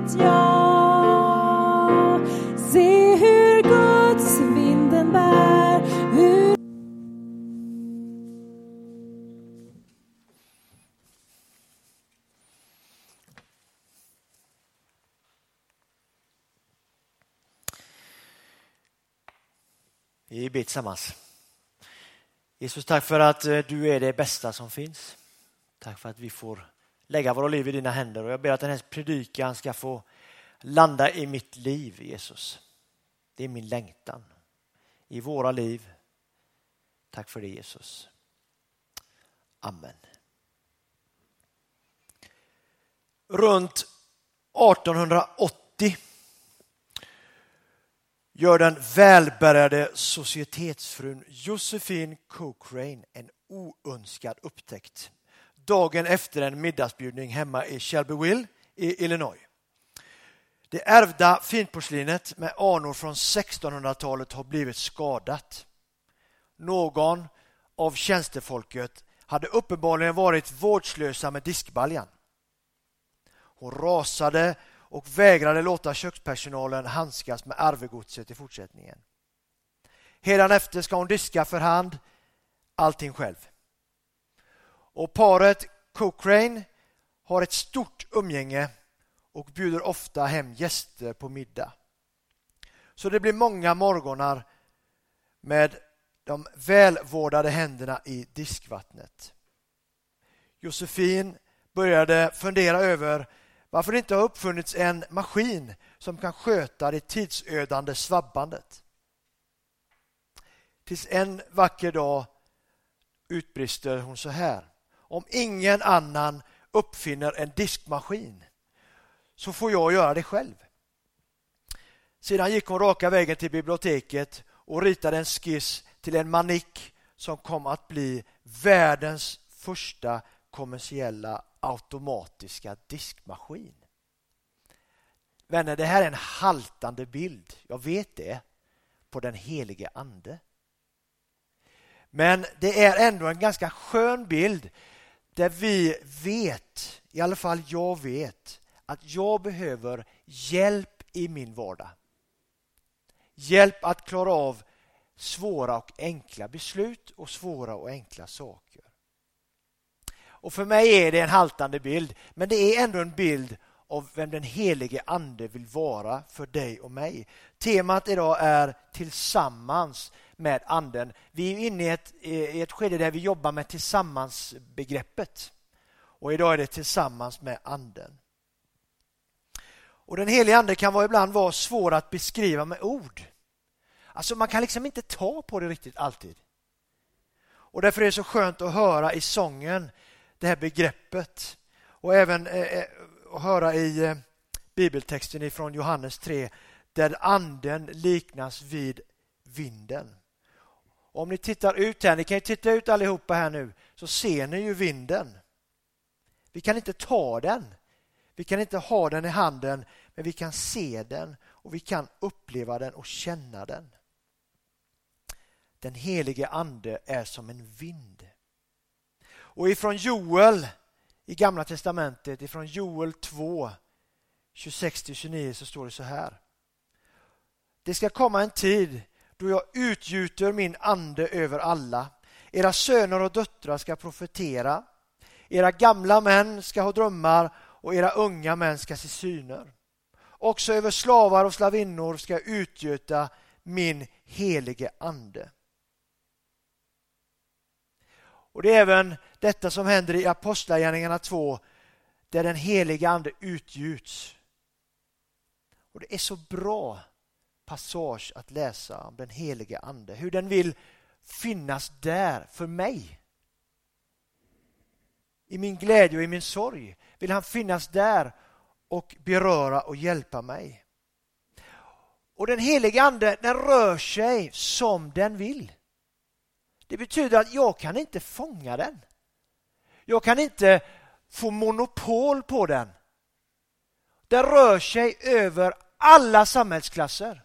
ett ja. Se hur Guds vinden bär, hur Vi ber tillsammans. Jesus, tack för att du är det bästa som finns. Tack för att vi får lägga våra liv i dina händer. Och jag ber att den här predikan ska få landa i mitt liv, Jesus. Det är min längtan i våra liv. Tack för det, Jesus. Amen. Runt 1880 gör den välbärgade societetsfrun Josephine Cochrane en oönskad upptäckt. Dagen efter en middagsbjudning hemma i Shelbyville i Illinois. Det ärvda finporslinet med anor från 1600-talet har blivit skadat. Någon av tjänstefolket hade uppenbarligen varit vårdslösa med diskbaljan. Hon rasade och vägrade låta kökspersonalen handskas med arvegodset i fortsättningen. Hädanefter ska hon diska för hand allting själv. Och paret Cochrane har ett stort umgänge och bjuder ofta hem gäster på middag. Så det blir många morgonar med de välvårdade händerna i diskvattnet. Josefin började fundera över varför det inte har uppfunnits en maskin som kan sköta det tidsödande svabbandet. Tills en vacker dag utbrister hon så här: om ingen annan uppfinner en diskmaskin så får jag göra det själv. Sedan gick hon raka vägen till biblioteket och ritade en skiss till en manik som kom att bli världens första kommersiella automatiska diskmaskin. Vänner, det här är en haltande bild, jag vet det, på den helige ande. Men det är ändå en ganska skön bild där vi vet, i alla fall jag vet, att jag behöver hjälp i min vardag. Hjälp att klara av svåra och enkla beslut och svåra och enkla saker. Och för mig är det en haltande bild, men det är ändå en bild av vem den helige ande vill vara för dig och mig. Temat idag är tillsammans med anden. Vi är inne i ett skede där vi jobbar med tillsammansbegreppet. Och idag är det tillsammans med anden. Och den helige ande kan ibland vara svår att beskriva med ord. Alltså man kan liksom inte ta på det riktigt alltid. Och därför är det så skönt att höra i sången det här begreppet. Och även höra i bibeltexten ifrån Johannes 3 där anden liknas vid vinden. Och om ni tittar ut här, ni kan ju titta ut allihopa här nu, så ser ni ju vinden. Vi kan inte ta den. Vi kan inte ha den i handen, men vi kan se den och vi kan uppleva den och känna den. Den helige ande är som en vind. Och ifrån Joel i Gamla testamentet, ifrån Joel 2, 26-29 så står det så här. Det ska komma en tid då jag utgjuter min ande över alla. Era söner och döttrar ska profetera. Era gamla män ska ha drömmar och era unga män ska se syner. Också över slavar och slavinnor ska jag utgjuta min helige ande. Och det är även detta som händer i Apostlagärningarna 2 där den helige ande utgjuts. Och det är så bra passage att läsa om den helige ande. Hur den vill finnas där för mig. I min glädje och i min sorg vill han finnas där och beröra och hjälpa mig. Och den helige ande, den rör sig som den vill. Det betyder att jag kan inte fånga den. Jag kan inte få monopol på den. Den rör sig över alla samhällsklasser.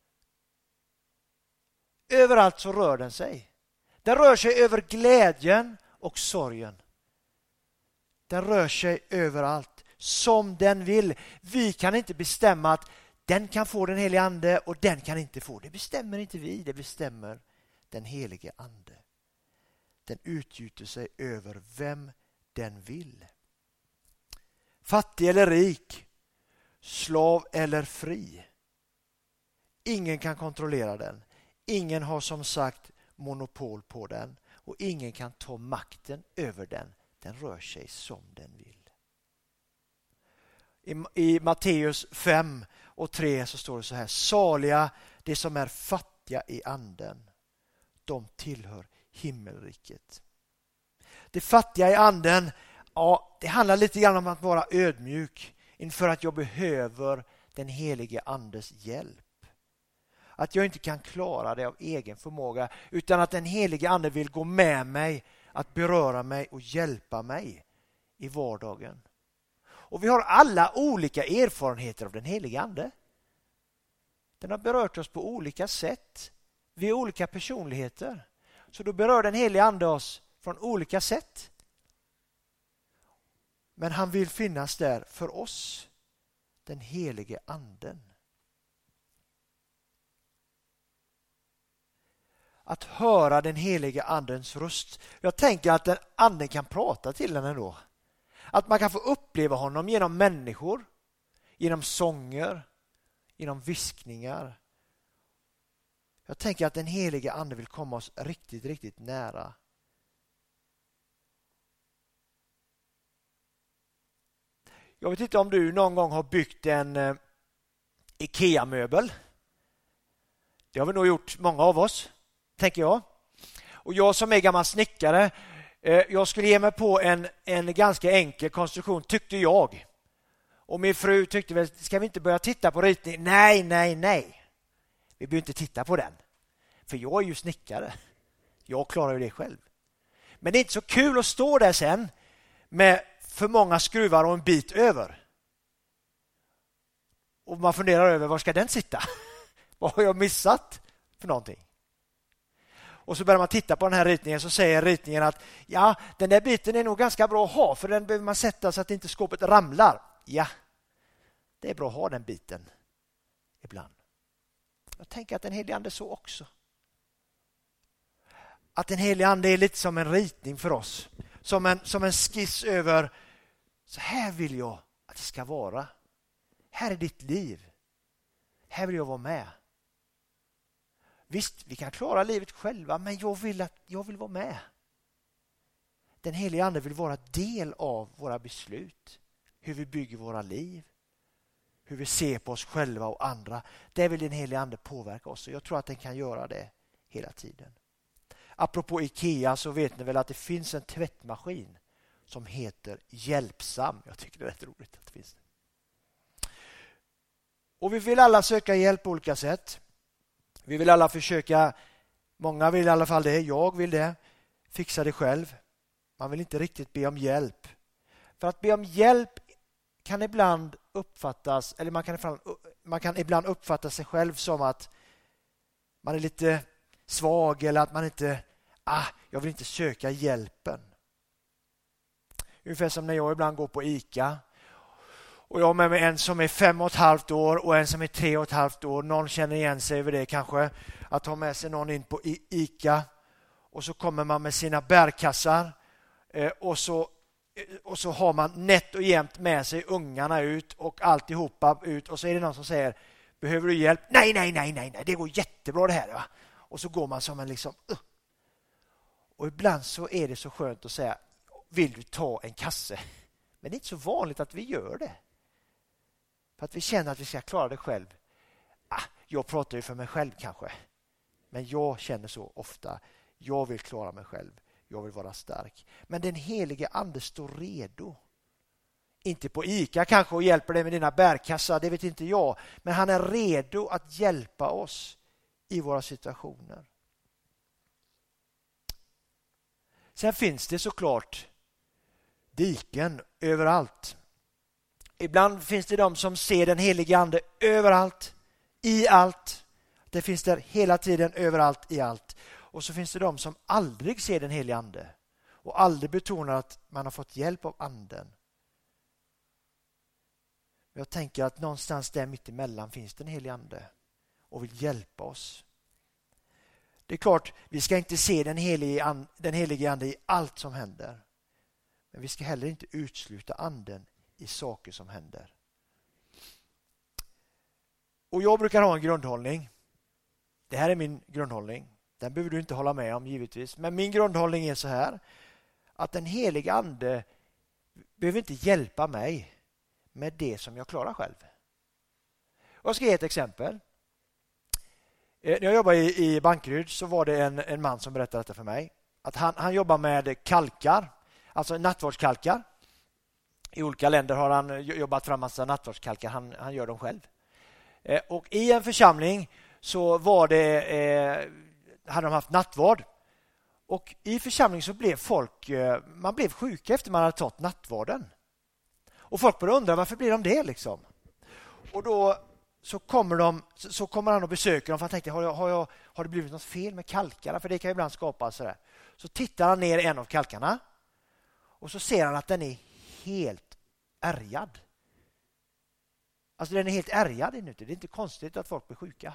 Överallt så rör den sig. Den rör sig över glädjen och sorgen. Den rör sig överallt som den vill. Vi kan inte bestämma att den kan få den helige ande och den kan inte få. Det bestämmer inte vi, det bestämmer den helige ande. Den utgjuter sig över vem den vill. Fattig eller rik, slav eller fri. Ingen kan kontrollera den. Ingen har som sagt monopol på den och ingen kan ta makten över den. Den rör sig som den vill. I Matteus 5:3 så står det så här: saliga de som är fattiga i anden, de tillhör himmelriket. Det fattiga i anden, ja, det handlar lite grann om att vara ödmjuk inför att jag behöver den helige andes hjälp. Att jag inte kan klara det av egen förmåga, utan att den helige ande vill gå med mig, att beröra mig och hjälpa mig i vardagen. Och vi har alla olika erfarenheter av den helige ande. Den har berört oss på olika sätt. Vi är olika personligheter. Så då berör den helige ande oss från olika sätt. Men han vill finnas där för oss, den helige anden. Att höra den helige andens röst. Jag tänker att den anden kan prata till den ändå. Att man kan få uppleva honom genom människor, genom sånger, genom viskningar. Jag tänker att den helige ande vill komma oss riktigt, riktigt nära. Jag vet inte om du någon gång har byggt en IKEA-möbel. Det har vi nog gjort, många av oss, tänker jag. Och jag som är gammal snickare, jag skulle ge mig på en ganska enkel konstruktion, tyckte jag. Och min fru tyckte väl, ska vi inte börja titta på ritning? Nej. Vi behöver inte titta på den. För jag är ju snickare. Jag klarar ju det själv. Men det är inte så kul att stå där sen med för många skruvar och en bit över. Och man funderar över, var ska den sitta? Vad har jag missat för någonting? Och så börjar man titta på den här ritningen, så säger ritningen att ja, den där biten är nog ganska bra att ha, för den behöver man sätta så att inte skåpet ramlar. Ja, det är bra att ha den biten ibland. Jag tänker att den helige ande så också. Att den helige ande är lite som en ritning för oss. Som en skiss över, så här vill jag att det ska vara. Här är ditt liv. Här vill jag vara med. Visst, vi kan klara livet själva, men jag vill vara med. Den helige ande vill vara del av våra beslut. Hur vi bygger våra liv. Hur vi ser på oss själva och andra. Det vill den helige ande påverka oss. Och jag tror att den kan göra det hela tiden. Apropå IKEA så vet ni väl att det finns en tvättmaskin som heter Hjälpsam. Jag tycker det är rätt roligt att det finns. Och vi vill alla söka hjälp på olika sätt. Vi vill alla försöka, många vill i alla fall det, jag vill det, fixa det själv. Man vill inte riktigt be om hjälp. För att be om hjälp kan ibland uppfattas, eller man kan ibland uppfatta sig själv som att man är lite svag eller att man inte, jag vill inte söka hjälpen. Ungefär som när jag ibland går på ICA. Och jag har med mig en som är 5,5 år och en som är 3,5 år. Någon känner igen sig över det kanske. Att ha med sig någon in på ICA. Och så kommer man med sina bärkassar. Och så har man nätt och jämnt med sig ungarna ut och alltihopa ut. Och så är det någon som säger, behöver du hjälp? Nej, det går jättebra det här. Va? Och så går man som en liksom... Och ibland så är det så skönt att säga, vill du ta en kasse? Men det är inte så vanligt att vi gör det. För att vi känner att vi ska klara det själv. Jag pratar ju för mig själv kanske. Men jag känner så ofta. Jag vill klara mig själv. Jag vill vara stark. Men den helige ande står redo. Inte på ICA kanske och hjälper dig med dina bärkassar. Det vet inte jag. Men han är redo att hjälpa oss i våra situationer. Sen finns det såklart diken överallt. Ibland finns det de som ser den helige ande överallt, i allt. Det finns där hela tiden, överallt, i allt. Och så finns det de som aldrig ser den helige ande och aldrig betonar att man har fått hjälp av anden. Jag tänker att någonstans där mitt emellan finns den helige ande och vill hjälpa oss. Det är klart, vi ska inte se den helige ande i allt som händer. Men vi ska heller inte utsluta anden i saker som händer. Och jag brukar ha en grundhållning. Det här är min grundhållning. Den behöver du inte hålla med om givetvis. Men min grundhållning är så här. Att den helige ande behöver inte hjälpa mig med det som jag klarar själv. Jag ska ge ett exempel. När jag jobbade i Bankeryd så var det en man som berättade detta för mig. Att han jobbar med kalkar, alltså nattvardskalkar. I olika länder har han jobbat fram massa nattvardskalkar. Han gör dem själv. Och i en församling så var hade de haft nattvard. Och i församlingen så blev man blev sjuka efter man hade tagit nattvarden. Och folk började undra varför blir de det liksom. Och då så kommer han och besöker dem för han tänkte har det blivit något fel med kalkarna, för det kan ju ibland skapas sådär. Så tittar han ner i en av kalkarna och så ser han att den är helt ärgad. Alltså den är helt ärgad inuti. Det är inte konstigt att folk blir sjuka.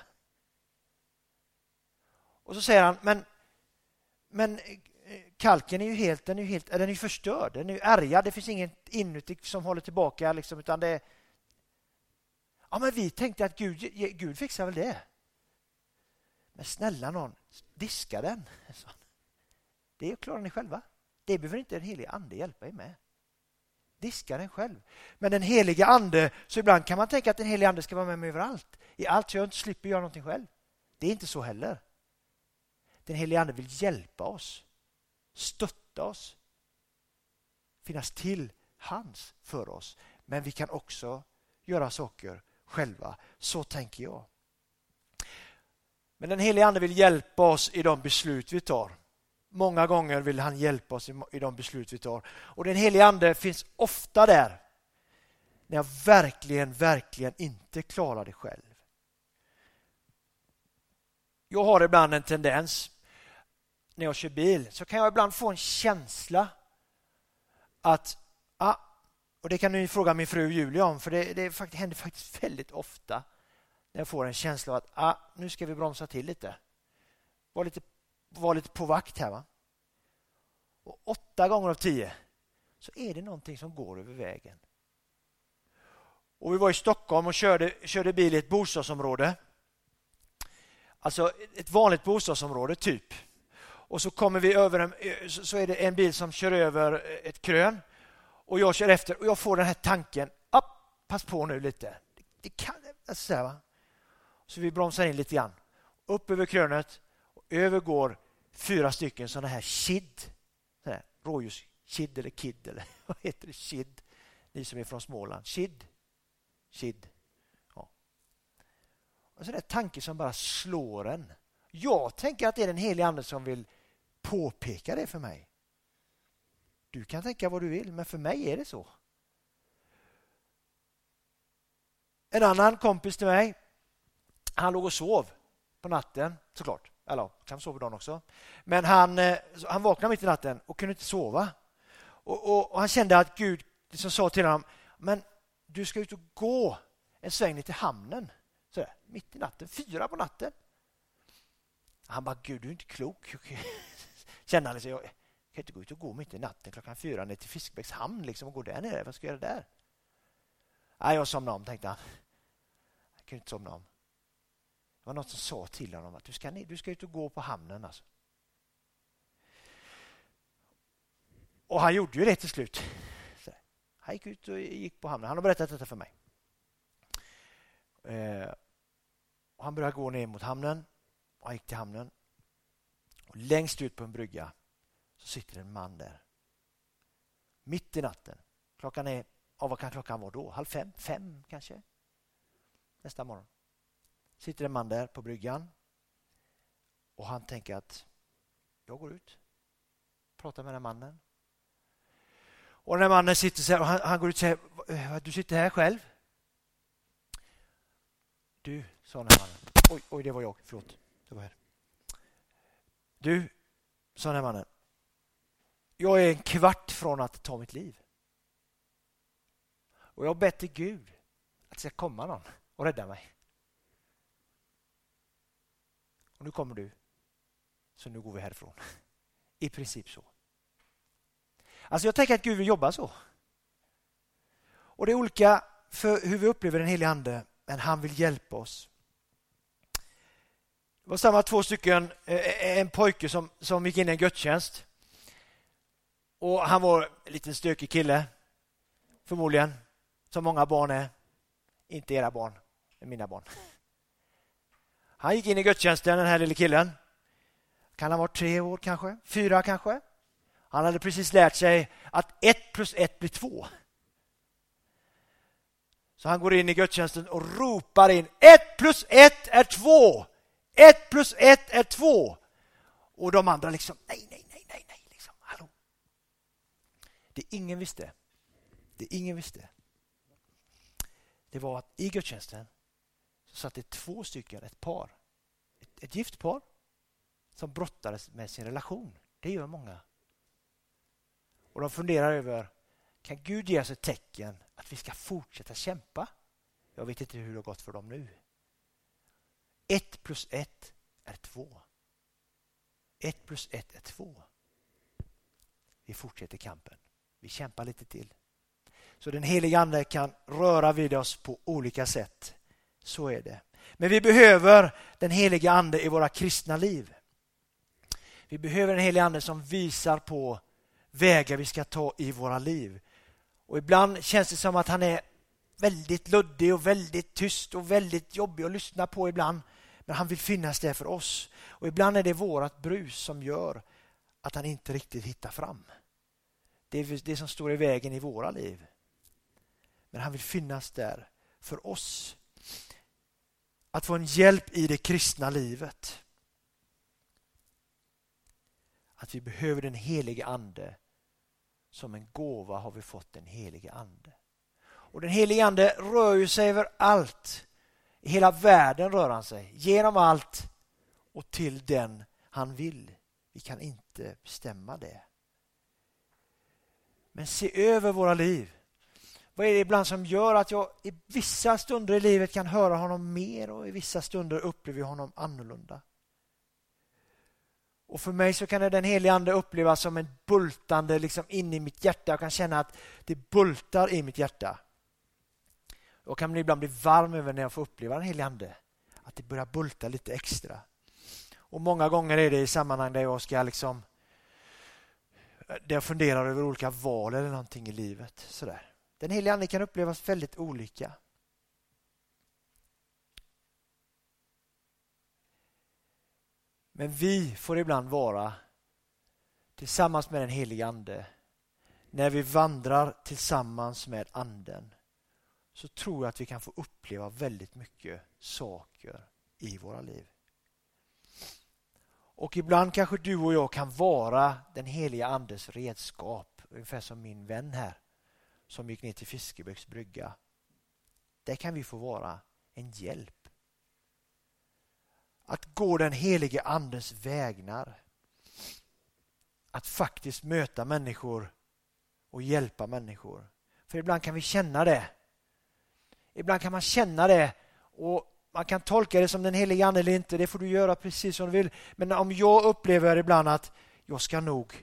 Och så säger han, men kalken är ju den är förstörd, den är ju ärgad, det finns inget inuti som håller tillbaka liksom, utan det. Ja, men vi tänkte att Gud fixar väl det. Men snälla någon, diska den. Det klarar ni själva. Det behöver inte en helig ande hjälpa er med. Diska den själv. Men den heliga ande, så ibland kan man tänka att den heliga ande ska vara med mig överallt. I allt, så jag inte slipper göra någonting själv. Det är inte så heller. Den heliga ande vill hjälpa oss. Stötta oss. Finnas till hands för oss. Men vi kan också göra saker själva. Så tänker jag. Men den heliga ande vill hjälpa oss i de beslut vi tar. Många gånger vill han hjälpa oss i de beslut vi tar. Och den heliga ande finns ofta där när jag verkligen inte klarar det själv. Jag har ibland en tendens när jag kör bil, så kan jag ibland få en känsla att och det kan ni fråga min fru Julia om, för det händer faktiskt väldigt ofta när jag får en känsla av att nu ska vi bromsa till lite. Var lite på vakt här, va? Och 8 gånger av 10 så är det någonting som går över vägen. Och vi var i Stockholm och körde bil i ett bostadsområde. Alltså ett vanligt bostadsområde typ. Och så kommer vi över så är det en bil som kör över ett krön. Och jag kör efter och jag får den här tanken. Pass på nu lite. Det kan alltså, va? Så vi bromsar in lite grann. Upp över krönet och övergår 4 stycken sådana här kid. Rådjurskid eller kid eller vad heter det? Kid. Ni som är från Småland. Kid. Ja. Och så är det en tanke som bara slår en. Jag tänker att det är den helige ande som vill påpeka det för mig. Du kan tänka vad du vill, men för mig är det så. En annan kompis till mig, han låg och sov på natten, såklart. Eller kan sova dagen också. Men han vaknade mitt i natten och kunde inte sova. Och han kände att Gud liksom sa till honom, men du ska ut och gå en sväng ner till hamnen. Sådär, mitt i natten, 4 på natten. Han bara, Gud, du är inte klok. Kände han sig, jag kan inte gå ut och gå mitt i natten klockan 4 ner till Fiskbäcks hamn liksom, och gå där nere. Vad ska jag göra där? Nej, jag somnade om, tänkte han. Jag kunde inte somna om. Det var något som sa till honom att du ska ut och gå på hamnen. Alltså. Och han gjorde ju det till slut. Så han gick ut och gick på hamnen. Han har berättat detta för mig. Och han började gå ner mot hamnen. Och han gick till hamnen. Och längst ut på en brygga så sitter en man där. Mitt i natten. Klockan är, vad kan klockan vara då? 4:30, 5 kanske? Nästa morgon. Sitter en man där på bryggan. Och han tänker att jag går ut. Pratar med den mannen. Och den här mannen sitter så här, och han går ut och säger, du sitter här själv? Du, sa den här mannen. Oj, det var jag. Förlåt. Det var här. Du, sa den här mannen. Jag är 1/4 från att ta mitt liv. Och jag har bett till Gud att det ska komma någon och rädda mig. Och nu kommer du. Så nu går vi härifrån. I princip så. Alltså jag tänker att Gud vill jobba så. Och det är olika för hur vi upplever den helige ande. Men han vill hjälpa oss. Det var samma 2 stycken. En pojke som gick in i en gudstjänst. Och han var en liten stökig kille. Förmodligen. Som många barn är. Inte era barn. Men mina barn. Han gick in i gudstjänsten, den här lilla killen. Kan han vara 3 år kanske? 4 kanske? Han hade precis lärt sig att 1 + 1 blir 2. Så han går in i gudstjänsten och ropar in 1 + 1 är 2. 1 + 1 är 2. Och de andra liksom nej. Liksom, hallå. Det ingen visste. Det var att i gudstjänsten så satt det 2 stycken, ett par. Ett gift par som brottades med sin relation. Det gör många. Och de funderar över, kan Gud ge oss ett tecken att vi ska fortsätta kämpa? Jag vet inte hur det har gått för dem nu. 1 + 1 är 2. 1 + 1 är 2. Vi fortsätter kampen. Vi kämpar lite till. Så den helige ande kan röra vid oss på olika sätt. Så är det. Men vi behöver den helige ande i våra kristna liv. Vi behöver den helige ande som visar på vägar vi ska ta i våra liv. Och ibland känns det som att han är väldigt luddig och väldigt tyst och väldigt jobbig att lyssna på ibland. Men han vill finnas där för oss. Och ibland är det vårat brus som gör att han inte riktigt hittar fram. Det är det som står i vägen i våra liv. Men han vill finnas där för oss. Att få en hjälp i det kristna livet. Att vi behöver den helige ande. Som en gåva har vi fått den helige ande. Och den helige ande rör ju sig över allt. I hela världen rör han sig. Genom allt och till den han vill. Vi kan inte bestämma det. Men se över våra liv. Vad är det ibland som gör att jag i vissa stunder i livet kan höra honom mer och i vissa stunder upplever jag honom annorlunda. Och för mig så kan den helige ande upplevas som en bultande liksom in i mitt hjärta. Jag kan känna att det bultar i mitt hjärta. Jag kan ibland bli varm över när jag får uppleva den helige ande. Att det börjar bulta lite extra. Och många gånger är det i sammanhang där jag ska liksom där jag funderar över olika val eller någonting i livet. Sådär. Den helige ande kan upplevas väldigt olika. Men vi får ibland vara tillsammans med den helige ande. När vi vandrar tillsammans med anden så tror jag att vi kan få uppleva väldigt mycket saker i våra liv. Och ibland kanske du och jag kan vara den heliga andes redskap. Ungefär som min vän här som gick ner till Fiskebäcks brygga. Där kan vi få vara en hjälp. Att gå den helige andens vägnar. Att faktiskt möta människor och hjälpa människor. För ibland kan vi känna det. Ibland kan man känna det och man kan tolka det som den helige ande eller inte. Det får du göra precis som du vill. Men om jag upplever ibland att jag ska nog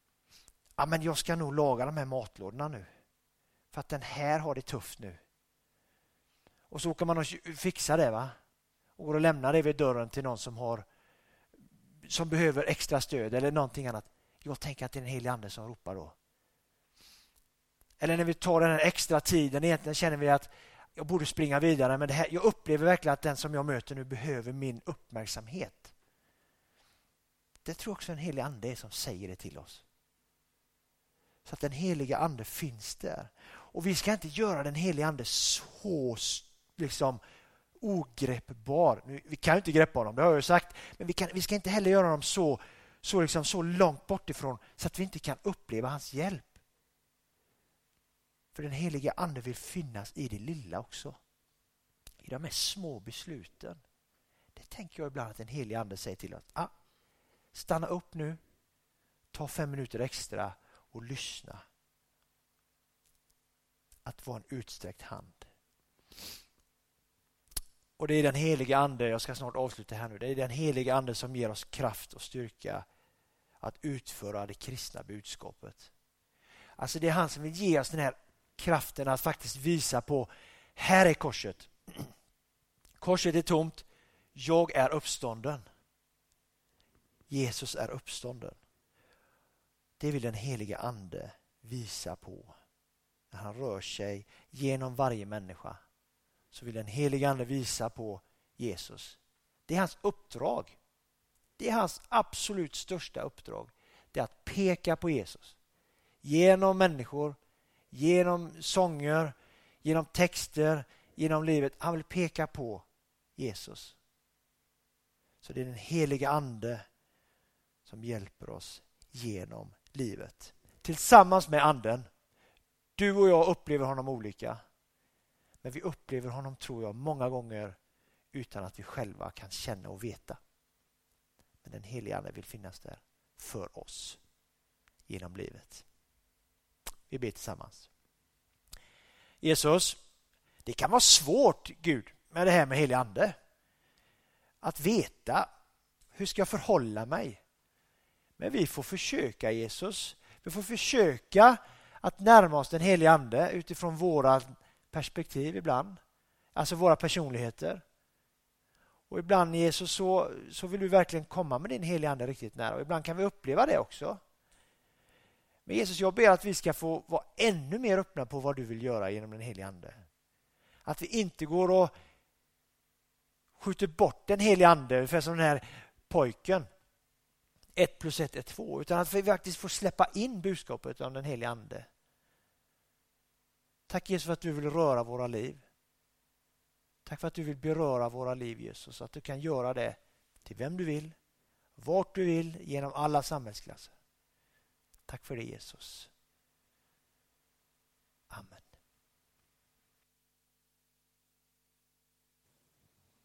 laga de här matlådorna nu. För att den här har det tufft nu. Och så kan man och fixa det, va? Och går och lämnar det vid dörren till någon som behöver extra stöd eller någonting annat. Jag tänker att det är den helige ande som ropar då. Eller när vi tar den här extra tiden, egentligen känner vi att jag borde springa vidare, men jag upplever verkligen att den som jag möter nu behöver min uppmärksamhet. Det tror jag också en helig ande är som säger det till oss. Så att den heliga ande finns där. Och vi ska inte göra den heliga ande så liksom ogreppbar. Vi kan ju inte greppa honom, det har jag ju sagt. Men vi ska inte heller göra honom så långt bort ifrån så att vi inte kan uppleva hans hjälp. För den heliga ande vill finnas i det lilla också. I de här små besluten. Det tänker jag ibland att den heliga ande säger till oss. Stanna upp nu. Ta 5 minuter extra och lyssna. Att vara en utsträckt hand. Och det är den heliga ande, jag ska snart avsluta här nu, det är den heliga ande som ger oss kraft och styrka att utföra det kristna budskapet. Alltså det är han som vill ge oss den här kraften att faktiskt visa på, här är korset. Korset är tomt, jag är uppstånden. Jesus är uppstånden. Det vill den heliga ande visa på. När han rör sig genom varje människa så vill den heliga ande visa på Jesus. Det är hans uppdrag. Det är hans absolut största uppdrag. Det är att peka på Jesus. Genom människor, genom sånger, genom texter, genom livet. Han vill peka på Jesus. Så det är den heliga ande som hjälper oss genom livet. Tillsammans med anden. Du och jag upplever honom olika. Men vi upplever honom, tror jag, många gånger utan att vi själva kan känna och veta. Men den heliga ande vill finnas där för oss genom livet. Vi ber tillsammans. Jesus, det kan vara svårt, Gud, med det här med helig ande. Att veta hur ska jag förhålla mig. Men vi får försöka, Jesus. Vi får försöka att närma oss den heliga ande utifrån våra perspektiv ibland. Alltså våra personligheter. Och ibland, Jesus, så vill du verkligen komma med din heliga ande riktigt nära. Och ibland kan vi uppleva det också. Men Jesus, jag ber att vi ska få vara ännu mer öppna på vad du vill göra genom den heliga ande. Att vi inte går och skjuter bort den heliga ande, ungefär som den här pojken. 1 + 1 är 2. Utan att vi faktiskt får släppa in budskapet om den heliga ande. Tack Jesus för att du vill röra våra liv. Tack för att du vill beröra våra liv, Jesus. Så att du kan göra det till vem du vill, vart du vill, genom alla samhällsklasser. Tack för det, Jesus.